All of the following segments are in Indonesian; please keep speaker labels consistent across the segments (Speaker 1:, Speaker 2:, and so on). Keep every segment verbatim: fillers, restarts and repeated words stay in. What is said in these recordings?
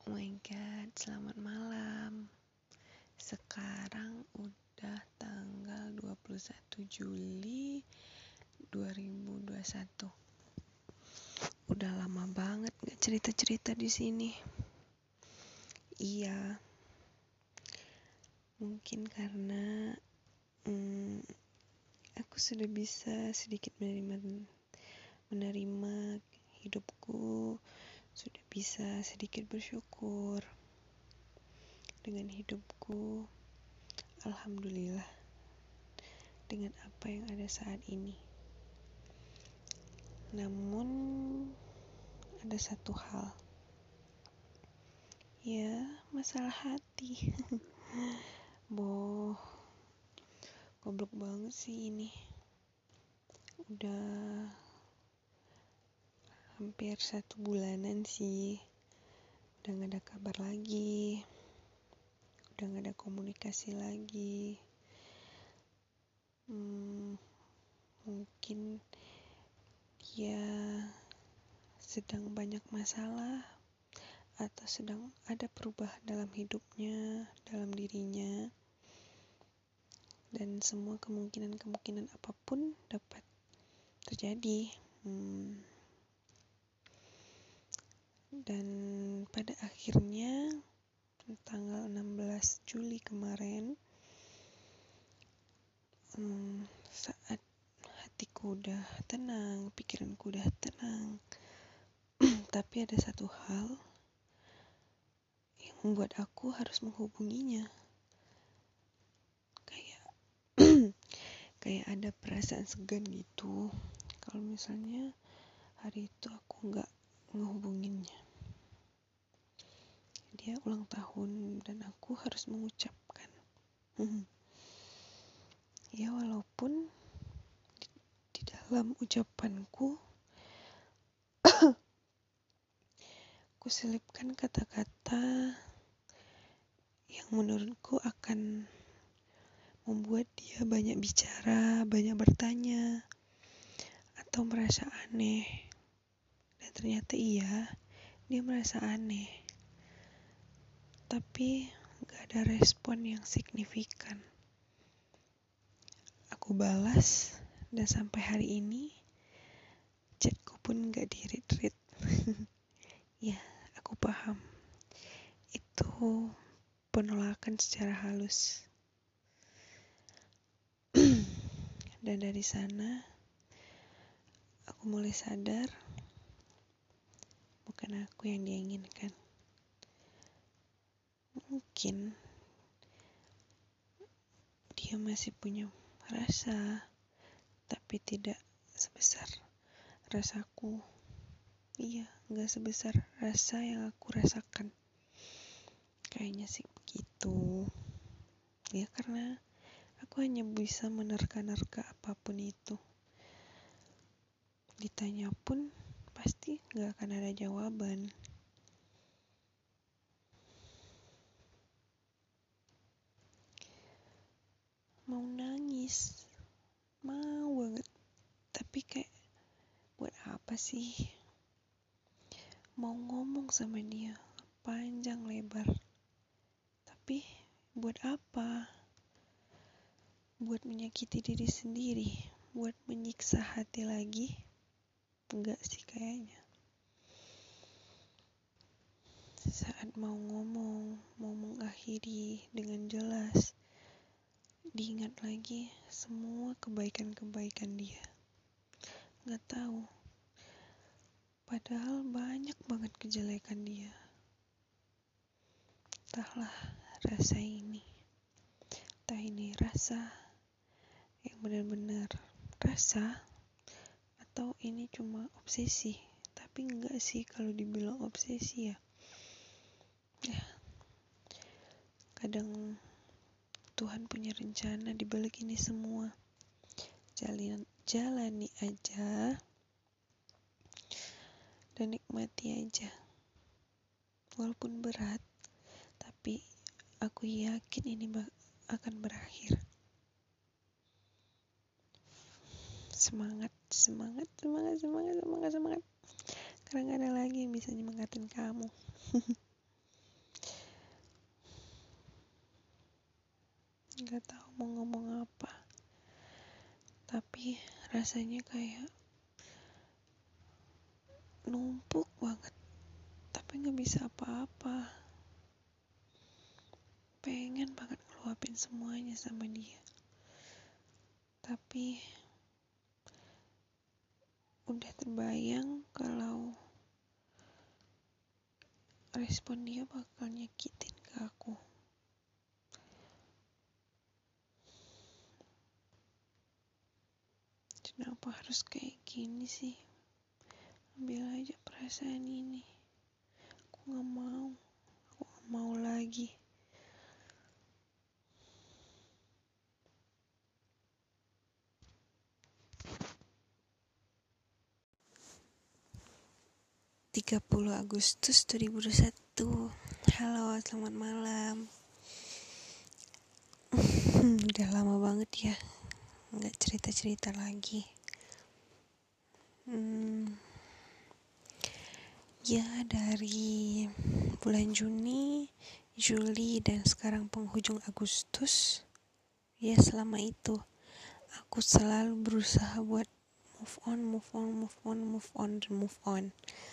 Speaker 1: Oh my god, selamat malam. Sekarang udah tanggal dua puluh satu Juli dua ribu dua puluh satu. Udah lama banget gak cerita-cerita di sini. Iya, mungkin karena hmm, aku sudah bisa sedikit menerima menerima hidupku, sudah bisa sedikit bersyukur dengan hidupku. Alhamdulillah dengan apa yang ada saat ini. Namun ada satu hal, ya masalah hati. Boh, goblok banget sih ini. Udah hampir satu bulanan sih, udah gak ada kabar lagi, udah gak ada komunikasi lagi. Hmm, mungkin dia sedang banyak masalah atau sedang ada perubahan dalam hidupnya, dalam dirinya, dan semua kemungkinan-kemungkinan apapun dapat terjadi. Hmm. Dan pada akhirnya tanggal enam belas Juli kemarin, hmm, saat hatiku udah tenang, pikiranku udah tenang, tapi ada satu hal yang membuat aku harus menghubunginya. Kayak kayak ada perasaan segan gitu kalau misalnya hari itu aku nggak ngehubunginnya. Dia ulang tahun dan aku harus mengucapkan. Ya walaupun di, di dalam ucapanku aku selipkan kata-kata yang menurutku akan membuat dia banyak bicara, banyak bertanya, atau merasa aneh. Dan ternyata iya, dia merasa aneh. Tapi gak ada respon yang signifikan. Aku balas, dan sampai hari ini chatku pun gak di-read-read. Ya, aku paham. Itu penolakan secara halus. Dan dari sana aku mulai sadar bukan aku yang dia inginkan. Mungkin dia masih punya rasa, tapi tidak sebesar rasaku. Iya, gak sebesar rasa yang aku rasakan. Kayaknya sih begitu. Ya karena aku hanya bisa menerka-nerka apapun itu. Ditanya pun pasti gak akan ada jawaban. Mau nangis, mau banget. Tapi kayak buat apa sih? Mau ngomong sama dia panjang lebar. Tapi buat apa? Buat menyakiti diri sendiri, buat menyiksa hati lagi? Enggak sih kayaknya. Saat mau ngomong, mau mengakhiri dengan jelas, diingat lagi semua kebaikan-kebaikan dia. Gak tahu. Padahal banyak banget kejelekan dia. Entahlah rasa ini. Entah ini rasa yang benar-benar rasa atau ini cuma obsesi. Tapi enggak sih kalau dibilang obsesi ya. Ya. Kadang Tuhan punya rencana di balik ini semua. Jalin, jalani aja dan nikmati aja. Walaupun berat, tapi aku yakin ini akan berakhir. Semangat, semangat, semangat, semangat, semangat, semangat. Karena gak ada lagi yang bisa nyemangatin kamu. gak tahu mau ngomong apa, tapi rasanya kayak numpuk banget, tapi gak bisa apa-apa. Pengen banget ngeluapin semuanya sama dia, tapi udah terbayang kalau respon dia bakal nyakitin ke aku. Kenapa harus kayak gini sih? Ambil aja perasaan ini. Aku gak mau. Aku gak mau lagi. tiga puluh Agustus dua ribu dua puluh satu. Halo, selamat malam. Udah lama banget ya gak cerita-cerita lagi. Hmm, ya dari bulan Juni, Juli, dan sekarang penghujung Agustus, ya selama itu aku selalu berusaha buat move on, move on, move on, move on, dan move on.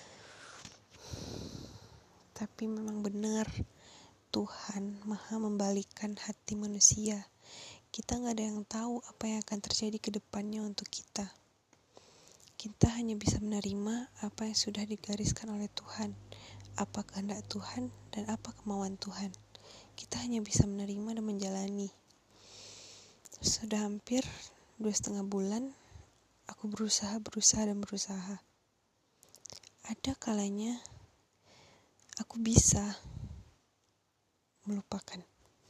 Speaker 1: Tapi memang benar, Tuhan maha membalikkan hati manusia. Kita gak ada yang tahu apa yang akan terjadi ke depannya untuk kita. Kita hanya bisa menerima apa yang sudah digariskan oleh Tuhan, apa kehendak Tuhan dan apa kemauan Tuhan. Kita hanya bisa menerima dan menjalani. Sudah hampir dua setengah bulan aku berusaha, berusaha dan berusaha. Ada kalanya aku bisa melupakan.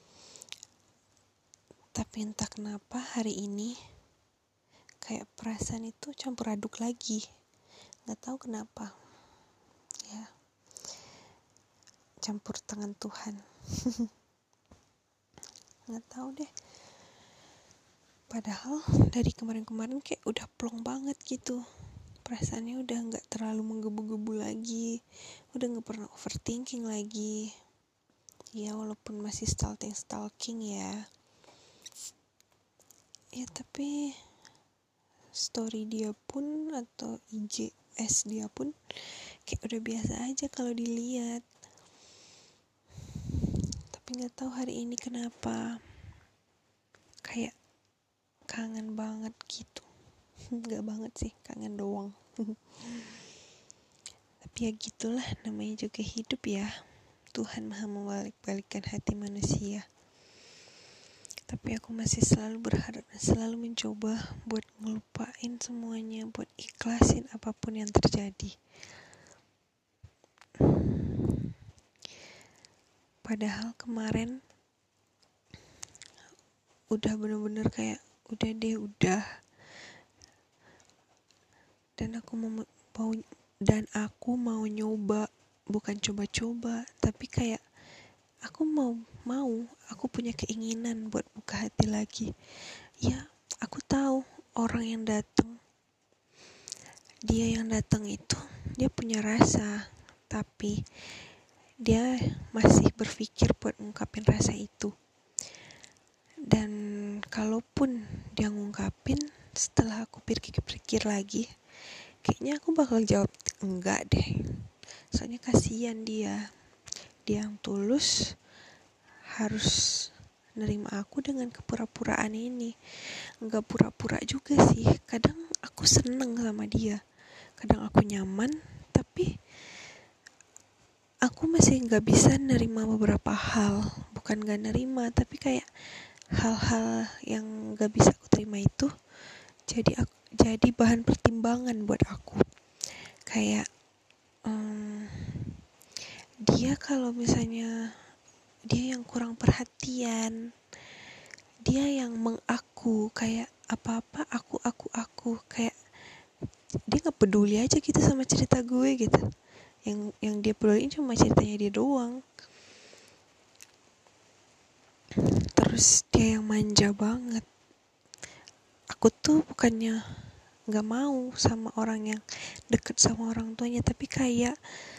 Speaker 1: Tapi entah kenapa hari ini kayak perasaan itu campur aduk lagi. Gak tahu kenapa. Ya, campur tangan Tuhan. Gak tahu deh. Padahal dari kemarin-kemarin kayak udah plong banget gitu. Perasaannya udah gak terlalu menggebu-gebu lagi. Udah gak pernah overthinking lagi. Ya walaupun masih stalking-stalking ya. Ya tapi story dia pun atau I G S dia pun kayak udah biasa aja kalau dilihat. Tapi nggak tahu hari ini kenapa kayak kangen banget gitu. Nggak banget sih, kangen doang. Tapi ya gitulah, namanya juga hidup ya. Tuhan maha membalik-balikan hati manusia. Tapi aku masih selalu berharap dan selalu mencoba buat ngelupain semuanya, buat ikhlasin apapun yang terjadi. Padahal kemarin udah bener-bener kayak udah deh udah. Dan aku mau, mau dan aku mau nyoba, bukan coba-coba, tapi kayak aku mau mau, aku punya keinginan buat buka hati lagi. Ya, aku tahu orang yang datang, dia yang datang itu dia punya rasa, tapi dia masih berpikir buat ngungkapin rasa itu. Dan kalaupun dia ngungkapin, setelah aku pikir-pikir lagi, kayaknya aku bakal jawab enggak deh. Soalnya kasihan dia. Dia yang tulus harus nerima aku dengan kepura-puraan ini. Enggak pura-pura juga sih. Kadang aku seneng sama dia. Kadang aku nyaman, tapi aku masih enggak bisa nerima beberapa hal. Bukan enggak nerima, tapi kayak hal-hal yang enggak bisa aku terima itu jadi aku, jadi bahan pertimbangan buat aku. Kayak um, dia kalau misalnya dia yang kurang perhatian, dia yang mengaku kayak apa-apa aku aku aku kayak dia nggak peduli aja gitu sama cerita gue gitu. Yang yang dia peduliin cuma ceritanya dia doang. Terus dia yang manja banget. Aku tuh bukannya nggak mau sama orang yang deket sama orang tuanya, tapi kayak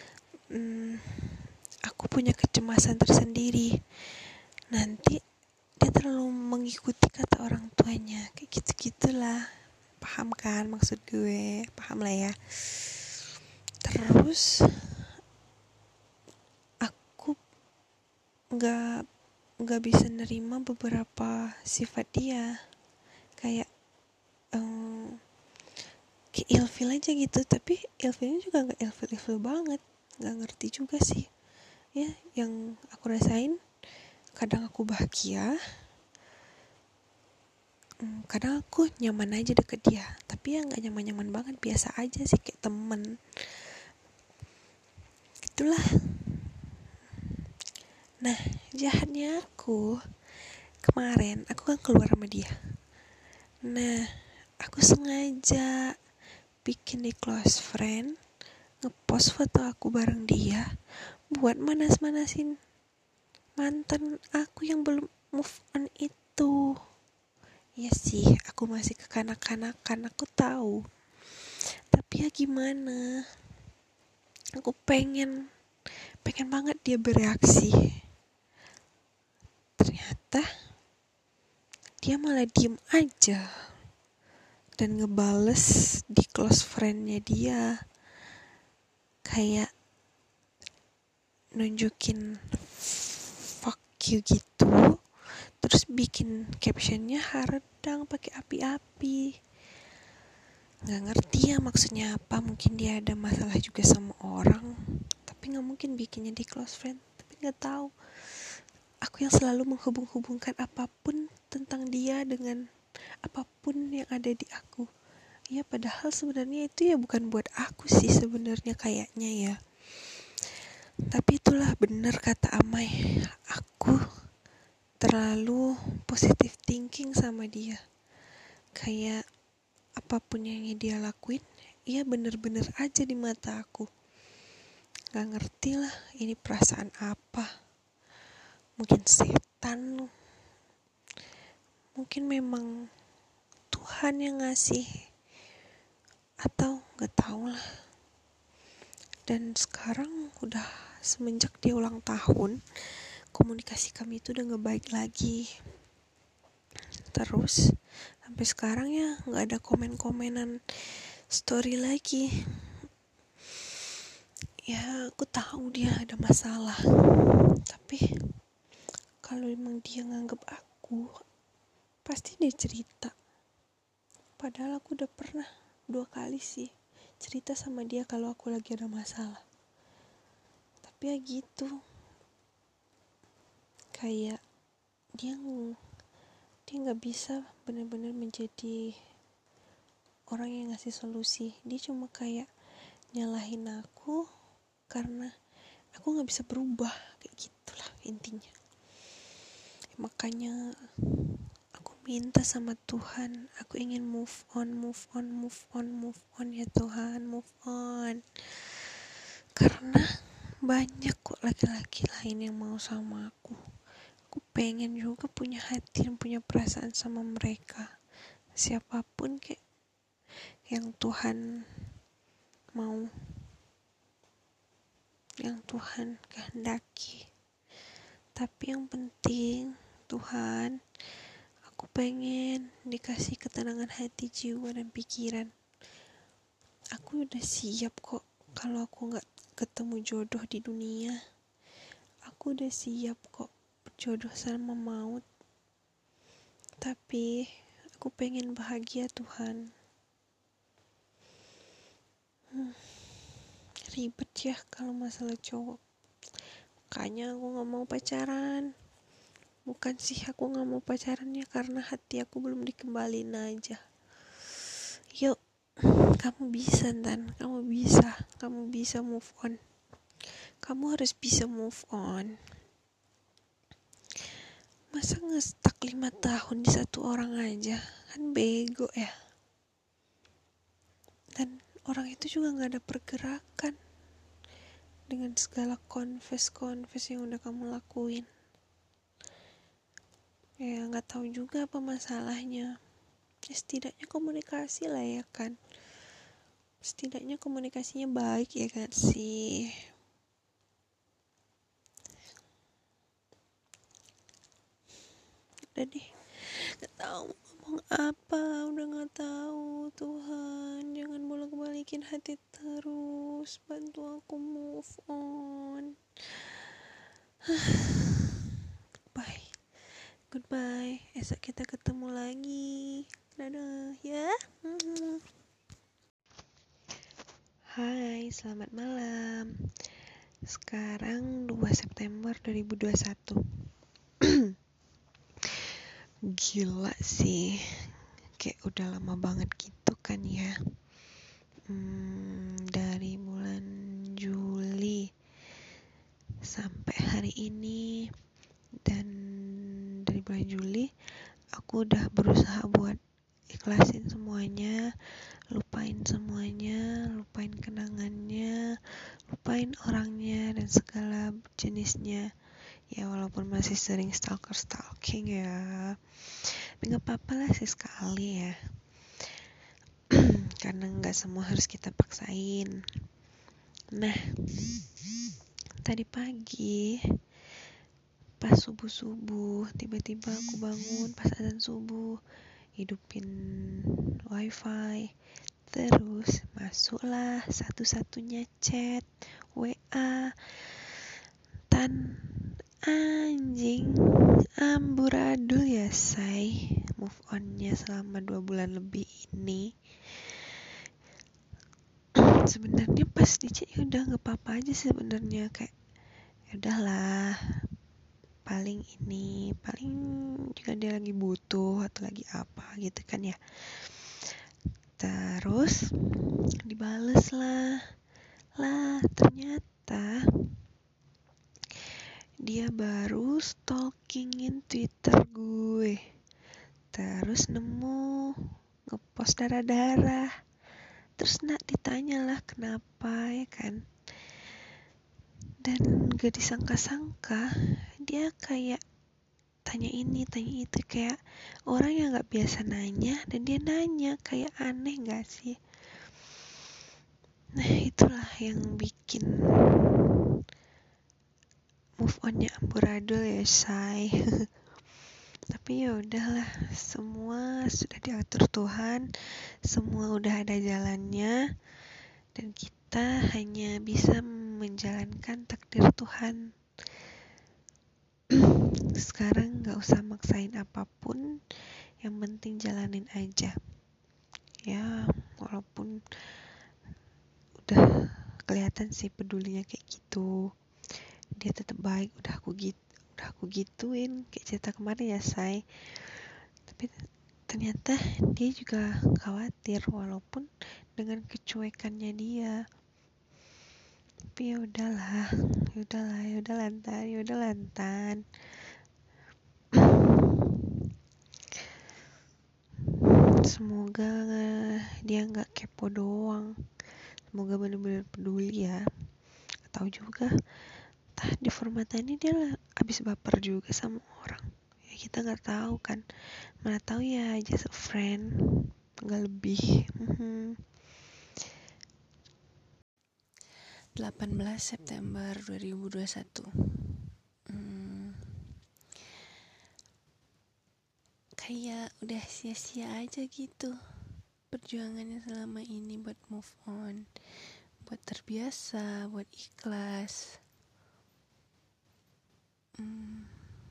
Speaker 1: hmm, aku punya kecemasan tersendiri. Nanti dia terlalu mengikuti kata orang tuanya, kayak gitu-gitulah. Paham kan maksud gue? Paham lah ya. Terus aku nggak nggak bisa nerima beberapa sifat dia, kayak um, kayak ilfil aja gitu. Tapi ilfilnya juga nggak ilfil-ilfil banget, nggak ngerti juga sih ya. Yang aku rasain, kadang aku bahagia, hmm, kadang aku nyaman aja deket dia, tapi ya nggak nyaman-nyaman banget, biasa aja sih, kayak temen gitulah. Nah, jahatnya aku, kemarin aku kan keluar sama dia. Nah, aku sengaja bikin di close friend, ngepost foto aku bareng dia, buat manas-manasin mantan aku yang belum move on itu. Ya sih, aku masih kekanak-kanakan, aku tahu. Tapi ya gimana? Aku pengen, pengen banget dia bereaksi. Ternyata dia malah diem aja dan ngebales di close friend-nya dia, kayak nunjukin fuck you gitu, terus bikin captionnya haredang pakai api-api. Nggak ngerti ya maksudnya apa. Mungkin dia ada masalah juga sama orang, tapi nggak mungkin bikinnya di close friend. Tapi nggak tahu, aku yang selalu menghubung-hubungkan apapun tentang dia dengan apapun yang ada di aku. Ya padahal sebenarnya itu ya bukan buat aku sih sebenarnya, kayaknya ya. Tapi itulah benar kata Amai, aku terlalu positive thinking sama dia. Kayak apapun yang dia lakuin, ia bener-bener aja di mata aku. Gak ngerti lah ini perasaan apa. Mungkin setan, mungkin memang Tuhan yang ngasih, atau gak tahu lah. Dan sekarang udah semenjak dia ulang tahun, komunikasi kami itu udah gak baik lagi. Terus sampai sekarang ya gak ada komen-komenan story lagi. Ya aku tahu dia ada masalah, tapi kalau emang dia nganggep aku, pasti dia cerita. Padahal aku udah pernah dua kali sih cerita sama dia kalau aku lagi ada masalah. Tapi ya gitu, kayak dia dia nggak bisa benar-benar menjadi orang yang ngasih solusi. Dia cuma kayak nyalahin aku karena aku nggak bisa berubah, kayak gitulah intinya. Makanya aku minta sama Tuhan, aku ingin move on, move on, move on, move on ya Tuhan, move on. Karena banyak kok laki-laki lain yang mau sama aku. Aku pengen juga punya hati dan punya perasaan sama mereka. Siapapun kayak yang Tuhan mau, yang Tuhan kehendaki. Tapi yang penting Tuhan, aku pengen dikasih ketenangan hati, jiwa, dan pikiran. Aku udah siap kok kalau aku gak ketemu jodoh di dunia. Aku udah siap kok berjodoh sama maut. Tapi aku pengen bahagia Tuhan. hmm, Ribet ya kalau masalah cowok. Makanya aku gak mau pacaran. Bukan sih aku gak mau pacarannya karena hati aku belum dikembalin aja. Yuk, kamu bisa Tan, kamu bisa, kamu bisa move on. Kamu harus bisa move on. Masa nge-stuck lima tahun di satu orang aja, kan bego ya. Dan orang itu juga gak ada pergerakan dengan segala confess-confess yang udah kamu lakuin. Ya gak tahu juga apa masalahnya. Ya setidaknya komunikasi lah ya kan. Setidaknya komunikasinya baik ya kan sih. udah deh, nggak tahu ngomong apa, udah nggak tahu. Tuhan, jangan bolak-balikin hati terus, bantu aku move on. Bye, goodbye, esok kita ketemu lagi. Dadah ya. Hai, selamat malam. Sekarang dua September dua ribu dua puluh satu. Gila sih, kayak udah lama banget gitu kan ya. hmm, Dari bulan Juli sampai hari ini. Dan dari bulan Juli aku udah berusaha buat ikhlasin semuanya, lupain semuanya, lupain kenangannya, lupain orangnya dan segala jenisnya. Ya walaupun masih sering stalker-stalking ya, tapi gak apa-apa lah sesekali ya. Karena gak semua harus kita paksain. Nah, tadi pagi pas subuh-subuh tiba-tiba aku bangun pas azan subuh, hidupin wifi, terus masuklah satu-satunya chat W A. Tan anjing, amburadul ya say, move onnya selama dua bulan lebih ini. Sebenarnya pas di chat ya udah nggak apa-apa aja sebenarnya, kayak ya udahlah, paling ini paling juga dia lagi butuh atau lagi apa gitu kan ya. Terus dibales lah lah ternyata dia baru stalkingin Twitter gue, terus nemu ngepost darah-darah. Terus nak ditanya lah kenapa ya kan. Dan gak disangka-sangka dia kayak tanya ini tanya itu, kayak orang yang gak biasa nanya dan dia nanya, kayak aneh gak sih. Nah itulah yang bikin move onnya amburadul ya say. Tapi ya udahlah, semua sudah diatur Tuhan, semua udah ada jalannya, dan kita hanya bisa menjalankan takdir Tuhan. Sekarang gak usah maksain apapun, yang penting jalanin aja ya. Walaupun udah kelihatan sih pedulinya kayak gitu, dia tetap baik, udah aku gitu udah aku gituin kayak cerita kemarin ya say. Tapi ternyata dia juga khawatir walaupun dengan kecuekannya dia. Tapi ya udahlah, ya udahlah, ya udah lantan, ya udah lantan. Semoga dia nggak kepo doang, semoga benar-benar peduli ya. Tahu juga, tah di formatnya ini dia lah abis baper juga sama orang. Ya kita nggak tahu kan, mana tahu ya just a friend, nggak lebih. delapan belas September dua ribu dua puluh satu. Hmm, kayak udah sia-sia aja gitu perjuangannya selama ini buat move on, buat terbiasa, buat ikhlas. Hmm,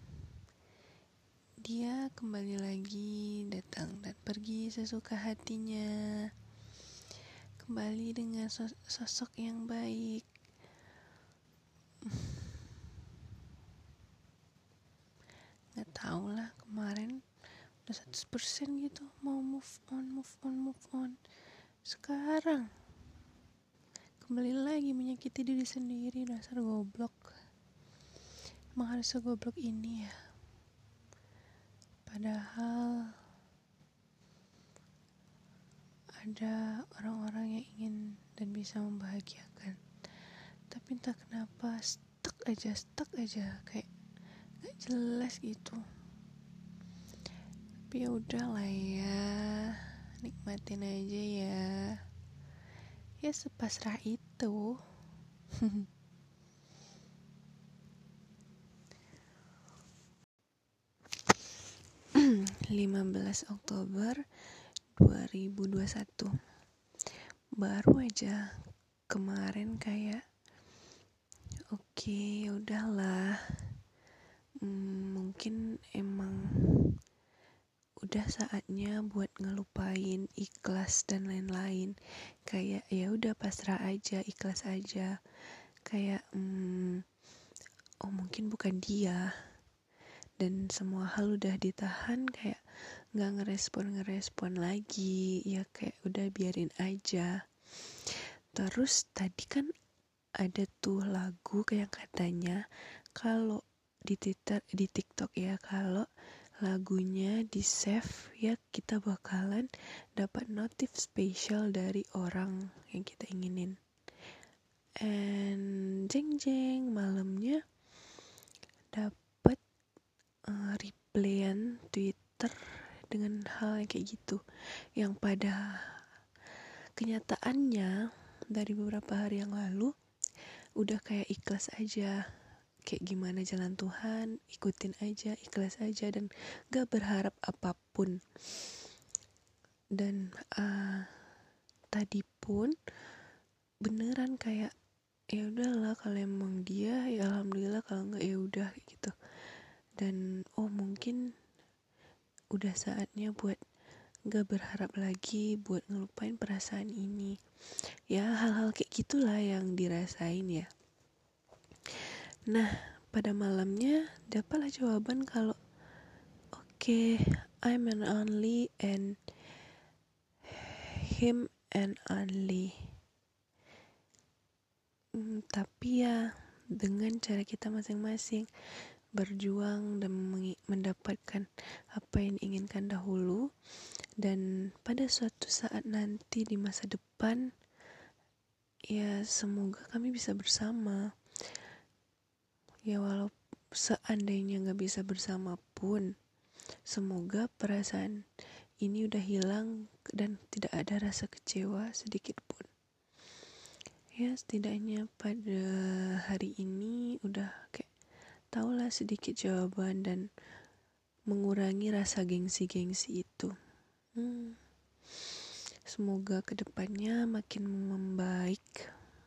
Speaker 1: dia kembali lagi datang dan pergi sesuka hatinya, kembali dengan sosok yang baik. Nggak tahu lah, kemarin udah seratus persen gitu mau move on, move on, move on. Sekarang kembali lagi menyakiti diri sendiri, dasar goblok. Emang harus segoblok ini ya? Padahal ada orang-orang yang ingin dan bisa membahagiakan, tapi entah kenapa stuck aja, stuck aja, kayak gak jelas gitu. Tapi ya udahlah ya, nikmatin aja ya. Ya sepasrah itu. lima belas Oktober dua ribu dua puluh satu. Baru aja kemarin kayak oke, okay, udahlah. Hmm, mungkin emang udah saatnya buat ngelupain, ikhlas dan lain-lain. Kayak ya udah pasrah aja, ikhlas aja. Kayak hmm, oh mungkin bukan dia. Dan semua hal udah ditahan, kayak nggak ngerespon-ngerespon lagi. Ya kayak udah biarin aja. Terus tadi kan ada tuh lagu kayak katanya kalau di Twitter, di TikTok ya, kalau lagunya di save ya kita bakalan dapat notif spesial dari orang yang kita inginin. And jeng jeng malamnya dapat uh, replyan Twitter dengan hal yang kayak gitu, yang pada kenyataannya dari beberapa hari yang lalu udah kayak ikhlas aja, kayak gimana jalan Tuhan, ikutin aja, ikhlas aja, dan gak berharap apapun. Dan uh, tadi pun beneran kayak ya udahlah, kalau emang dia ya alhamdulillah, kalau enggak ya udah gitu. Dan oh mungkin udah saatnya buat gak berharap lagi, buat ngelupain perasaan ini. Ya hal-hal kayak gitulah yang dirasain ya. Nah, pada malamnya dapatlah jawaban kalau oke, okay, I'm an only and him an only. Hmm, tapi ya dengan cara kita masing-masing berjuang dan mendapatkan apa yang diinginkan dahulu, dan pada suatu saat nanti di masa depan ya semoga kami bisa bersama. Ya walau seandainya gak bisa bersama pun, semoga perasaan ini udah hilang dan tidak ada rasa kecewa sedikit pun. Ya setidaknya pada hari ini udah kayak tahulah sedikit jawaban dan mengurangi rasa gengsi-gengsi itu. Hmm. Semoga kedepannya makin membaik.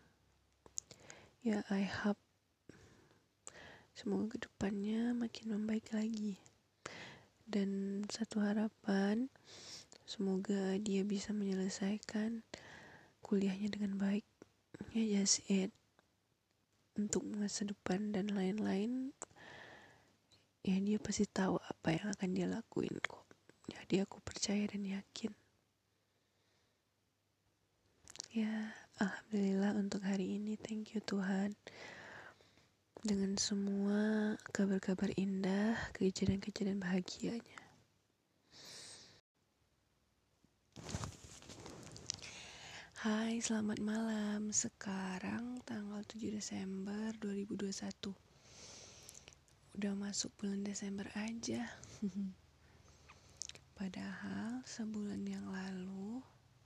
Speaker 1: Ya I hope semoga kedepannya makin membaik lagi. Dan satu harapan, semoga dia bisa menyelesaikan kuliahnya dengan baik. Ya just it. Untuk masa depan dan lain-lain, ya dia pasti tahu apa yang akan dia lakuin kok. Jadi aku percaya dan yakin. Ya alhamdulillah untuk hari ini, thank you Tuhan. Dengan semua kabar-kabar indah, kejadian-kejadian bahagianya. Hai, selamat malam. Sekarang tanggal tujuh Desember dua ribu dua puluh satu. Udah masuk bulan Desember aja. Padahal sebulan yang lalu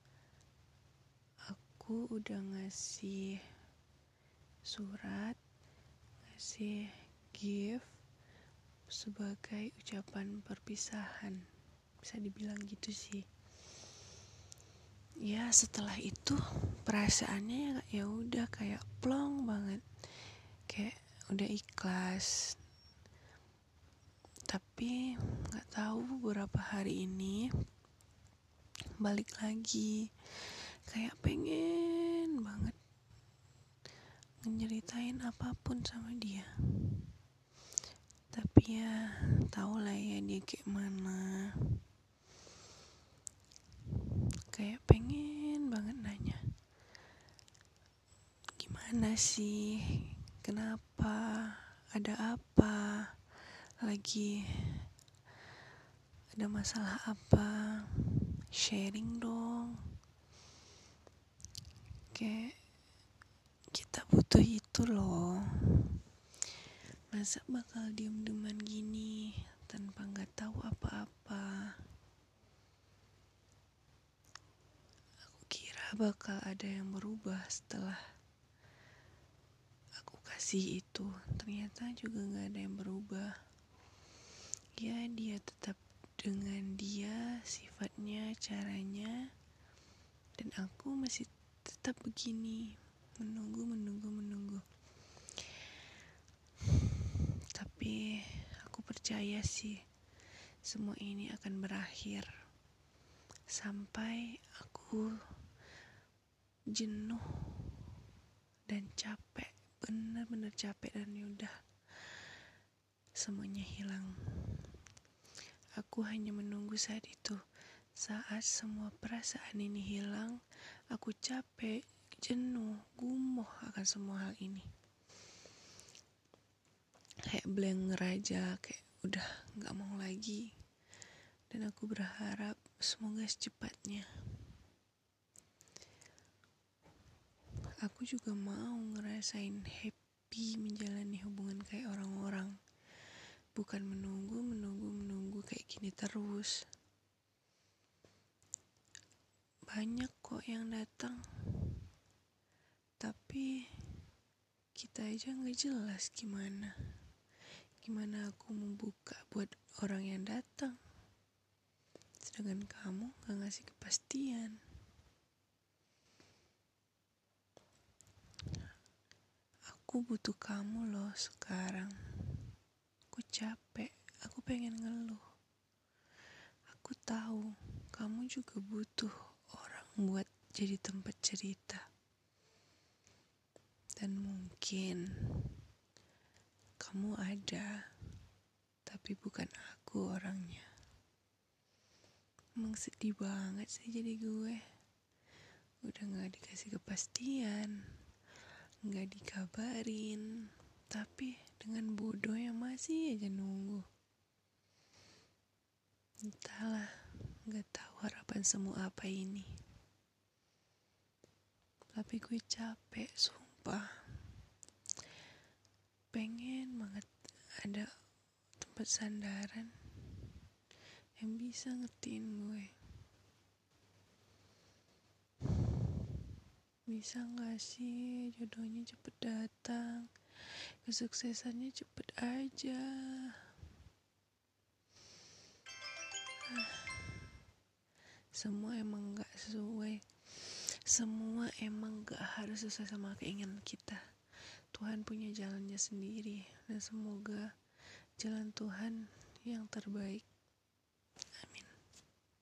Speaker 1: aku udah ngasih surat, ngasih gift sebagai ucapan perpisahan. Bisa dibilang gitu sih. Ya setelah itu perasaannya ya udah kayak plong banget, kayak udah ikhlas. Tapi nggak tahu beberapa hari ini balik lagi, kayak pengen banget nyeritain apapun sama dia. Tapi ya tau lah ya dia kayak mana. Kayak pengen banget nanya, gimana sih, kenapa, ada apa, lagi ada masalah apa, sharing dong. Kayak kita butuh itu loh. Masa bakal diem-dieman gini tanpa gak tahu apa-apa. Aku kira bakal ada yang berubah setelah aku kasih itu. Ternyata juga gak ada yang berubah. Ya dia tetap dengan dia, sifatnya, caranya, dan aku masih tetap begini, menunggu, menunggu, menunggu. Tapi aku percaya sih semua ini akan berakhir sampai aku jenuh dan capek, benar-benar capek dan yaudah semuanya hilang. Aku hanya menunggu saat itu. Saat semua perasaan ini hilang, aku capek, jenuh, gumoh akan semua hal ini. Kayak blank aja, kayak udah gak mau lagi. Dan aku berharap semoga secepatnya. Aku juga mau ngerasain happy menjalani hubungan kayak orang-orang. Bukan menunggu, menunggu, menunggu kayak gini terus. Banyak kok yang datang, tapi kita aja gak jelas gimana. Gimana aku membuka buat orang yang datang, sedangkan kamu gak ngasih kepastian. Aku butuh kamu loh sekarang. Aku capek, aku pengen ngeluh. Aku tahu kamu juga butuh orang buat jadi tempat cerita. Dan mungkin kamu ada, tapi bukan aku orangnya. Emang sedih banget sih jadi gue. Udah gak dikasih kepastian, gak dikabarin, tapi dengan bodohnya masih aja nunggu. Entahlah, gak tahu harapan semu apa ini. Tapi gue capek, sumpah. Pengen banget ada tempat sandaran yang bisa ngertiin gue. Bisa gak sih jodohnya cepet datang, kesuksesannya cepet aja. Semua emang gak sesuai. Semua emang gak harus sesuai sama keinginan kita. Tuhan punya jalannya sendiri. Dan semoga jalan Tuhan yang terbaik